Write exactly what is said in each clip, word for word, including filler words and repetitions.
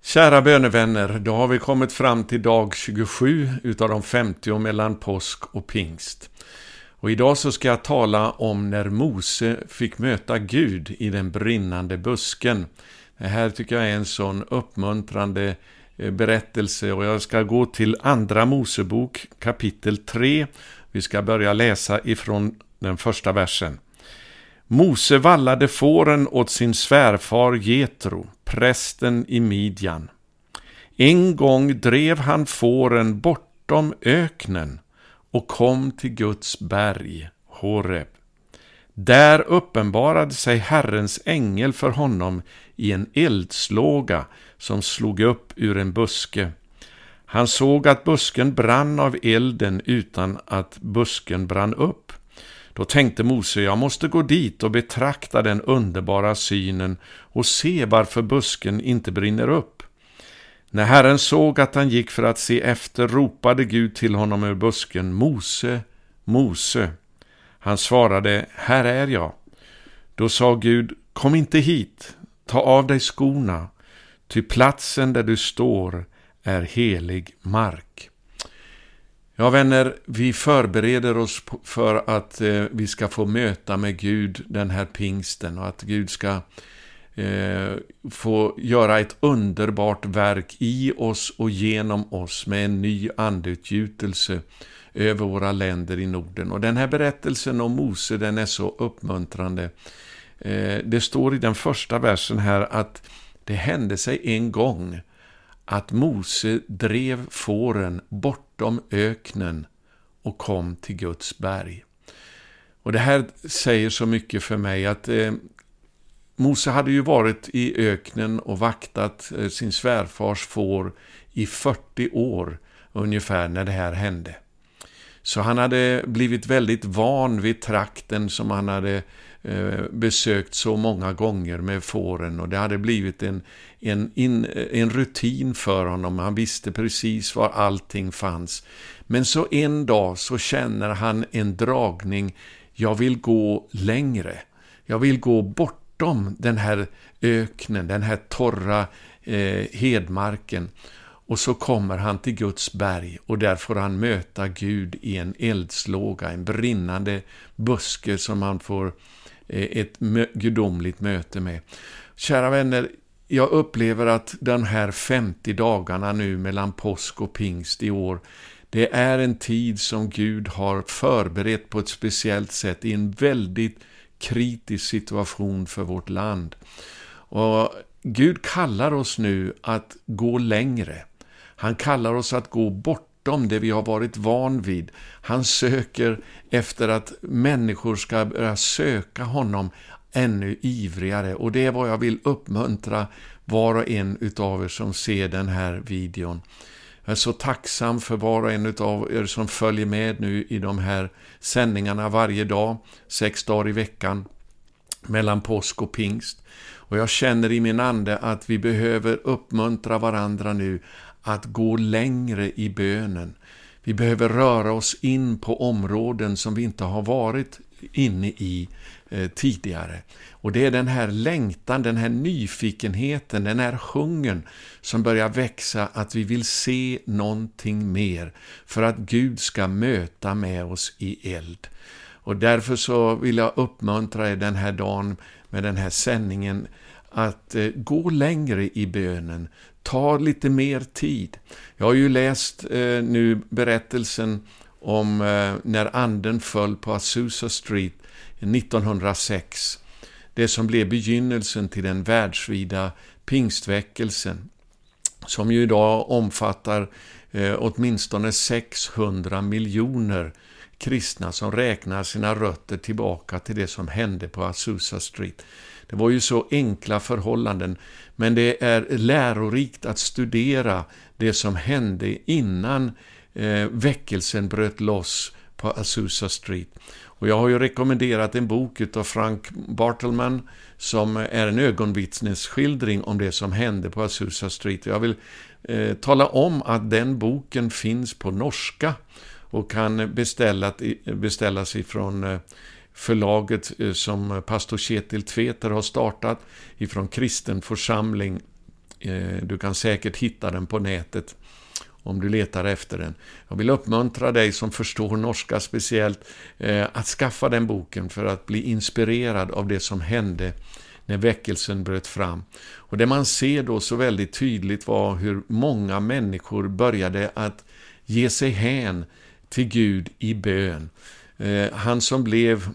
Kära bönevänner, då har vi kommit fram till dag tjugosju utav de femtio mellan påsk och pingst. Och idag så ska jag tala om när Mose fick möta Gud i den brinnande busken. Det här tycker jag är en sån uppmuntrande berättelse, och jag ska gå till andra Mosebok kapitel tre. Vi ska börja läsa ifrån den första versen. Mose vallade fåren åt sin svärfar Jetro, prästen i Midjan. En gång drev han fåren bortom öknen och kom till Guds berg, Horeb. Där uppenbarade sig Herrens ängel för honom i en eldslåga som slog upp ur en buske. Han såg att busken brann av elden utan att busken brann upp. Då tänkte Mose, jag måste gå dit och betrakta den underbara synen och se varför busken inte brinner upp. När Herren såg att han gick för att se efter, ropade Gud till honom ur busken, Mose, Mose. Han svarade, här är jag. Då sa Gud, kom inte hit, ta av dig skorna, ty platsen där du står är helig mark. Ja vänner, vi förbereder oss för att eh, vi ska få möta med Gud den här pingsten, och att Gud ska eh, få göra ett underbart verk i oss och genom oss med en ny andeutgjutelse över våra länder i Norden. Och den här berättelsen om Mose, den är så uppmuntrande. Eh, det står i den första versen här att det hände sig en gång att Mose drev fåren bortom öknen och kom till Guds berg. Och det här säger så mycket för mig att eh, Mose hade ju varit i öknen och vaktat eh, sin svärfars får i fyrtio år ungefär när det här hände. Så han hade blivit väldigt van vid trakten som han hade eh, besökt så många gånger med fåren, och det hade blivit en, en, in, en rutin för honom. Han visste precis var allting fanns. Men så en dag så känner han en dragning, jag vill gå längre. Jag vill gå bortom den här öknen, den här torra eh, hedmarken. Och så kommer han till Guds berg, och där får han möta Gud i en eldslåga, en brinnande buske som han får ett gudomligt möte med. Kära vänner, jag upplever att de här femtio dagarna nu mellan påsk och pingst i år, det är en tid som Gud har förberett på ett speciellt sätt i en väldigt kritisk situation för vårt land. Och Gud kallar oss nu att gå längre. Han kallar oss att gå bortom det vi har varit van vid. Han söker efter att människor ska börja söka honom ännu ivrigare. Och det är vad jag vill uppmuntra var och en utav er som ser den här videon. Jag är så tacksam för var och en utav er som följer med nu i de här sändningarna varje dag, sex dagar i veckan, mellan påsk och pingst. Och jag känner i min ande att vi behöver uppmuntra varandra nu att gå längre i bönen. Vi behöver röra oss in på områden som vi inte har varit inne i eh, tidigare. Och det är den här längtan, den här nyfikenheten, den här hungern som börjar växa, att vi vill se någonting mer för att Gud ska möta med oss i eld. Och därför så vill jag uppmuntra er den här dagen med den här sändningen att eh, gå längre i bönen. Ta lite mer tid. Jag har ju läst eh, nu berättelsen om eh, när anden föll på Azusa Street nittonhundrasex. Det som blev begynnelsen till den världsvida pingstväckelsen, som ju idag omfattar eh, åtminstone sexhundra miljoner kristna som räknar sina rötter tillbaka till det som hände på Azusa Street. Det var ju så enkla förhållanden, men det är lärorikt att studera det som hände innan eh, väckelsen bröt loss på Azusa Street. Och jag har ju rekommenderat en bok av Frank Bartleman som är en ögonvittnesskildring om det som hände på Azusa Street. Jag vill eh, tala om att den boken finns på norska och kan beställa, beställas ifrån eh, förlaget som pastor Kjetil Tveter har startat ifrån Kristen församling Du kan säkert hitta den på nätet om du letar efter den. Jag vill uppmuntra dig som förstår norska speciellt att skaffa den boken för att bli inspirerad av det som hände när väckelsen bröt fram. Och det man ser då så väldigt tydligt var hur många människor började att ge sig hän till Gud i bön. Han som blev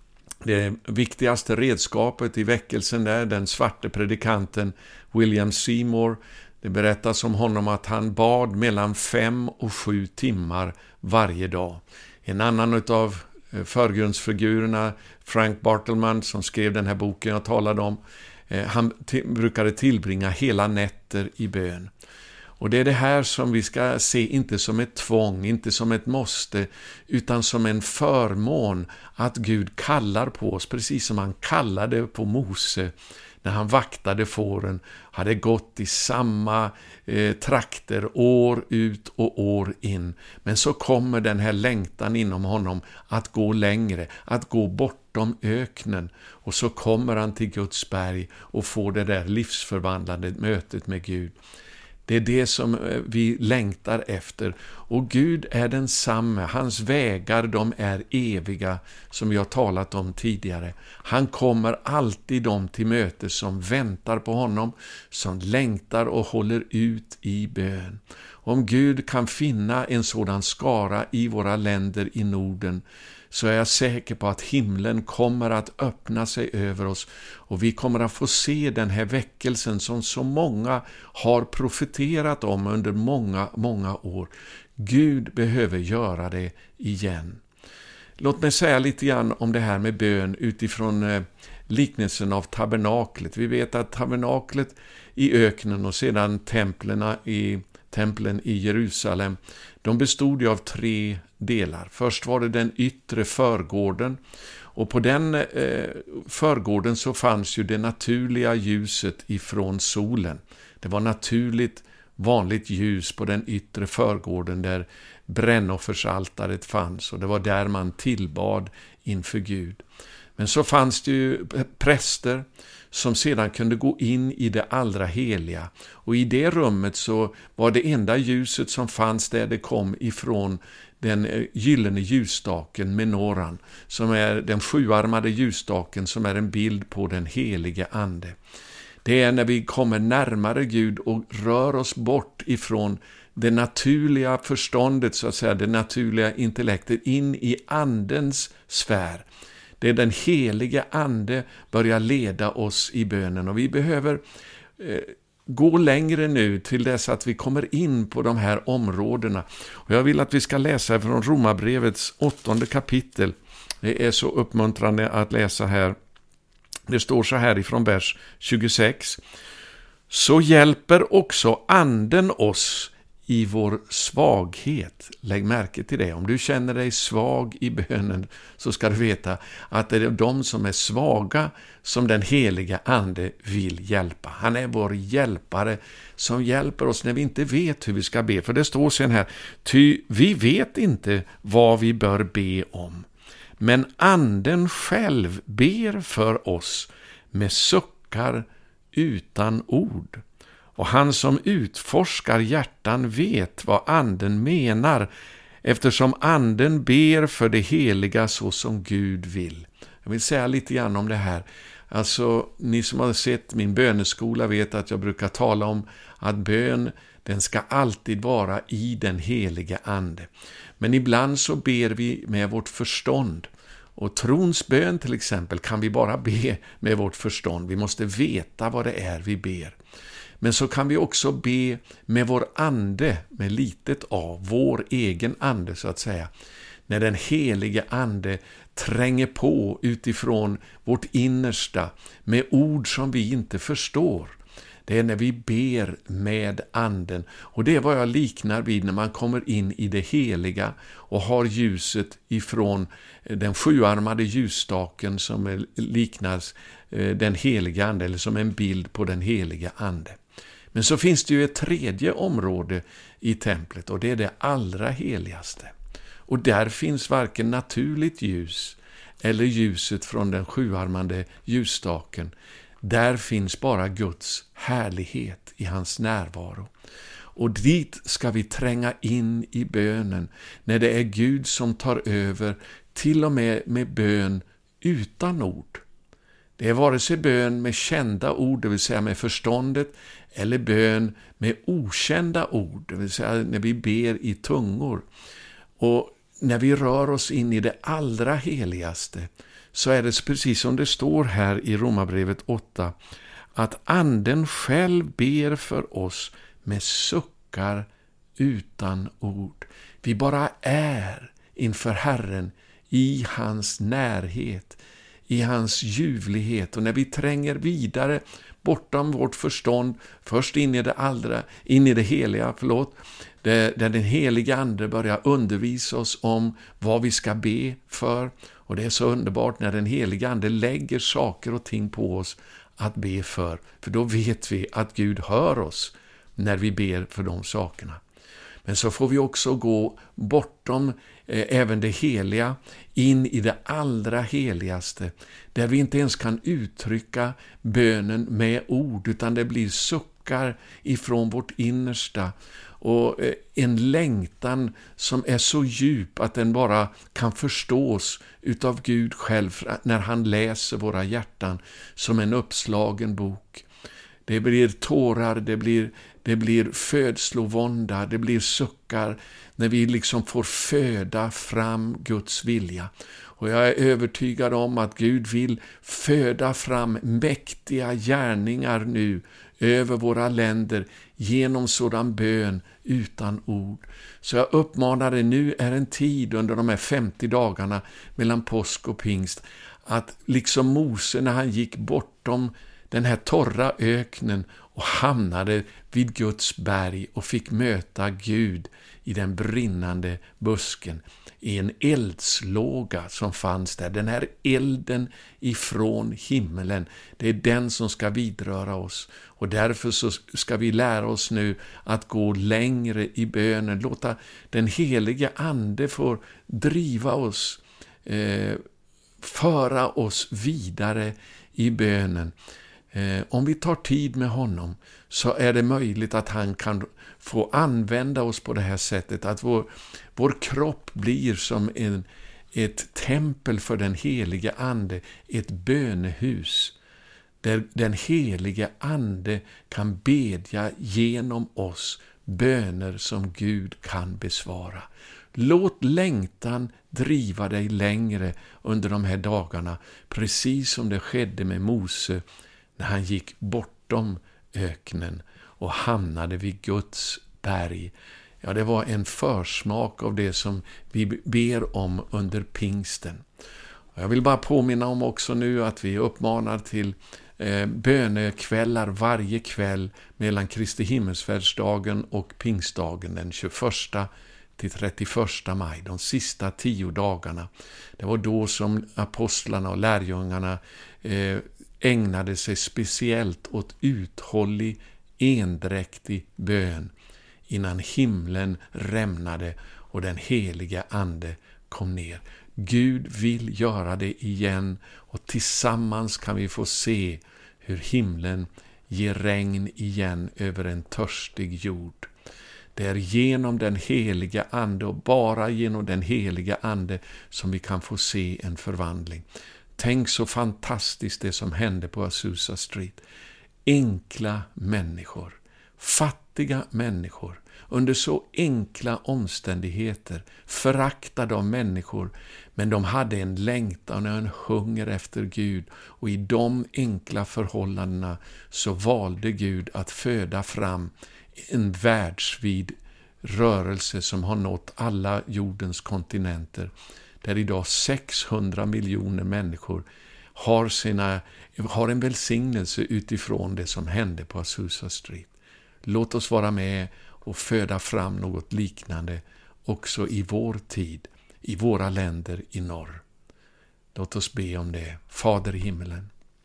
det viktigaste redskapet i väckelsen där, den svarte predikanten William Seymour. Det berättas om honom att han bad mellan fem och sju timmar varje dag. En annan av förgrundsfigurerna, Frank Bartleman, som skrev den här boken jag talade om, han t- brukade tillbringa hela nätter i bön. Och det är det här som vi ska se inte som ett tvång, inte som ett måste, utan som en förmån att Gud kallar på oss, precis som han kallade på Mose när han vaktade fåren, hade gått i samma eh, trakter år ut och år in. Men så kommer den här längtan inom honom att gå längre, att gå bortom öknen. Och så kommer han till Guds berg och får det där livsförvandlande mötet med Gud. Det är det som vi längtar efter. Och Gud är densamme. Hans vägar, de är eviga, som vi har talat om tidigare. Han kommer alltid dem till möte som väntar på honom, som längtar och håller ut i bön. Om Gud kan finna en sådan skara i våra länder i Norden, så är jag säker på att himlen kommer att öppna sig över oss och vi kommer att få se den här väckelsen som så många har profeterat om under många, många år. Gud behöver göra det igen. Låt mig säga lite grann om det här med bön utifrån liknelsen av tabernaklet. Vi vet att tabernaklet i öknen och sedan templen i, templen i Jerusalem, de bestod ju av tre delar. Först var det den yttre förgården, och på den eh, förgården så fanns ju det naturliga ljuset ifrån solen. Det var naturligt vanligt ljus på den yttre förgården där brännoffersaltaret fanns, och det var där man tillbad inför Gud. Men så fanns det ju präster som sedan kunde gå in i det allra heliga, och i det rummet så var det enda ljuset som fanns där det kom ifrån den gyllene ljusstaken menoran, som är den sjuarmade ljusstaken som är en bild på den helige ande. Det är när vi kommer närmare Gud och rör oss bort ifrån det naturliga förståndet, så att säga, det naturliga intellektet, in i andens sfär. Det är den helige ande börjar leda oss i bönen, och vi behöver eh, gå längre nu till dess att vi kommer in på de här områdena. Och jag vill att vi ska läsa från Romarbrevets åttonde kapitel. Det är så uppmuntrande att läsa här. Det står så här ifrån vers tjugosex. Så hjälper också anden oss i vår svaghet. Lägg märke till det. Om du känner dig svag i bönen, så ska du veta att det är de som är svaga som den heliga ande vill hjälpa. Han är vår hjälpare som hjälper oss när vi inte vet hur vi ska be. För det står sen här, ty vi vet inte vad vi bör be om. Men anden själv ber för oss med suckar utan ord. Och han som utforskar hjärtan vet vad anden menar, eftersom anden ber för det heliga så som Gud vill. Jag vill säga lite grann om det här. Alltså, ni som har sett min böneskola vet att jag brukar tala om att bön, den ska alltid vara i den heliga ande. Men ibland så ber vi med vårt förstånd. Och trons bön till exempel kan vi bara be med vårt förstånd. Vi måste veta vad det är vi ber. Men så kan vi också be med vår ande, med litet a, vår egen ande så att säga. När den helige ande tränger på utifrån vårt innersta med ord som vi inte förstår. Det är när vi ber med anden. Och det är vad jag liknar vid när man kommer in i det heliga och har ljuset ifrån den sjuarmade ljusstaken som liknas den heliga ande, eller som en bild på den heliga ande. Men så finns det ju ett tredje område i templet, och det är det allra heligaste. Och där finns varken naturligt ljus eller ljuset från den sjuarmade ljusstaken. där finns bara Guds härlighet i hans närvaro. Och dit ska vi tränga in i bönen när det är Gud som tar över, till och med med bön utan ord. Det är vare sig bön med kända ord, det vill säga med förståndet, eller bön med okända ord, det vill säga när vi ber i tungor. Och när vi rör oss in i det allra heligaste, så är det precis som det står här i Romarbrevet åtta, att anden själv ber för oss med suckar utan ord. Vi bara är inför Herren i hans närhet, i hans ljuvlighet. Och när vi tränger vidare bortom vårt förstånd, först in i det allra, in i det heliga, förlåt, där den heliga ande börjar undervisa oss om vad vi ska be för. Och det är så underbart när den heliga ande lägger saker och ting på oss att be för. För då vet vi att Gud hör oss när vi ber för de sakerna. Men så får vi också gå bortom eh, även det heliga, in i det allra heligaste, där vi inte ens kan uttrycka bönen med ord, utan det blir suckar ifrån vårt innersta, och eh, en längtan som är så djup att den bara kan förstås utav Gud själv när han läser våra hjärtan som en uppslagen bok. Det blir tårar, det blir, det blir födslovånda, det blir suckar när vi liksom får föda fram Guds vilja. Och jag är övertygad om att Gud vill föda fram mäktiga gärningar nu över våra länder genom sådan bön utan ord. Så jag uppmanar dig, nu är en tid under de här femtio dagarna mellan påsk och pingst, att liksom Mose när han gick bortom den här torra öknen och hamnade vid Guds berg och fick möta Gud i den brinnande busken, i en eldslåga som fanns där. Den här elden ifrån himmelen, det är den som ska vidröra oss. Och därför så ska vi lära oss nu att gå längre i bönen. Låta den helige ande få driva oss, eh, föra oss vidare i bönen. Eh, om vi tar tid med honom så är det möjligt att han kan få använda oss på det här sättet, att vår, vår kropp blir som en, ett tempel för den helige ande, ett bönehus där den helige ande kan bedja genom oss böner som Gud kan besvara. Låt längtan driva dig längre under de här dagarna, precis som det skedde med Mose när han gick bortom öknen och hamnade vid Guds berg. Ja, det var en försmak av det som vi ber om under pingsten. Jag vill bara påminna om också nu att vi uppmanar till eh, bönekvällar varje kväll mellan Kristi himmelsfärdsdagen och pingstdagen den tjugoförsta till trettioförsta maj, de sista tio dagarna. Det var då som apostlarna och lärjungarna eh, ägnade sig speciellt åt uthållig, endräktig bön innan himlen rämnade och den heliga ande kom ner. Gud vill göra det igen, och tillsammans kan vi få se hur himlen ger regn igen över en törstig jord. Det är genom den heliga ande, och bara genom den heliga ande, som vi kan få se en förvandling. Tänk så fantastiskt det som hände på Azusa Street. Enkla människor, fattiga människor, under så enkla omständigheter, föraktade av människor, men de hade en längtan och en hunger efter Gud, och i de enkla förhållandena så valde Gud att föda fram en världsvid rörelse som har nått alla jordens kontinenter, där idag sexhundra miljoner människor har, sina, har en välsignelse utifrån det som hände på Azusa Street. Låt oss vara med och föda fram något liknande också i vår tid, i våra länder i norr. Låt oss be om det. Fader i himmelen,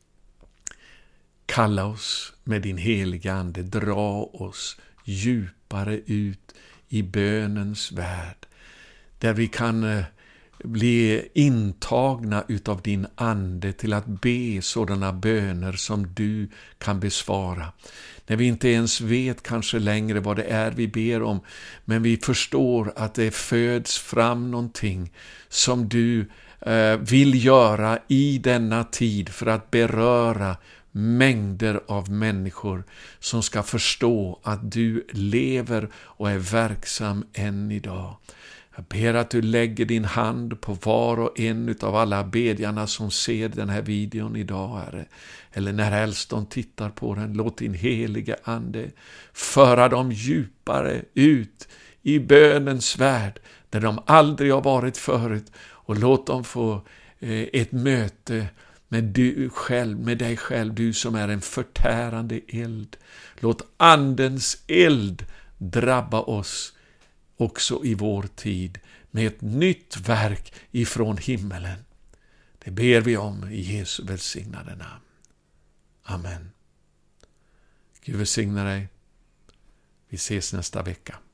kalla oss med din heliga ande, dra oss djupare ut i bönens värld, där vi kan bli intagna utav din ande till att be sådana böner som du kan besvara. När vi inte ens vet kanske längre vad det är vi ber om, men vi förstår att det föds fram någonting som du eh, vill göra i denna tid för att beröra mängder av människor som ska förstå att du lever och är verksam än idag. Jag ber att du lägger din hand på var och en av alla bedjarna som ser den här videon idag, Herre. Eller när helst de tittar på den, låt din helige ande föra dem djupare ut i bönens värld där de aldrig har varit förut, och låt dem få eh, ett möte med du själv, med dig själv, du som är en förtärande eld. Låt andens eld drabba oss också i vår tid med ett nytt verk ifrån himmelen. Det ber vi om i Jesu välsignade namn. Amen. Gud välsigna dig. Vi ses nästa vecka.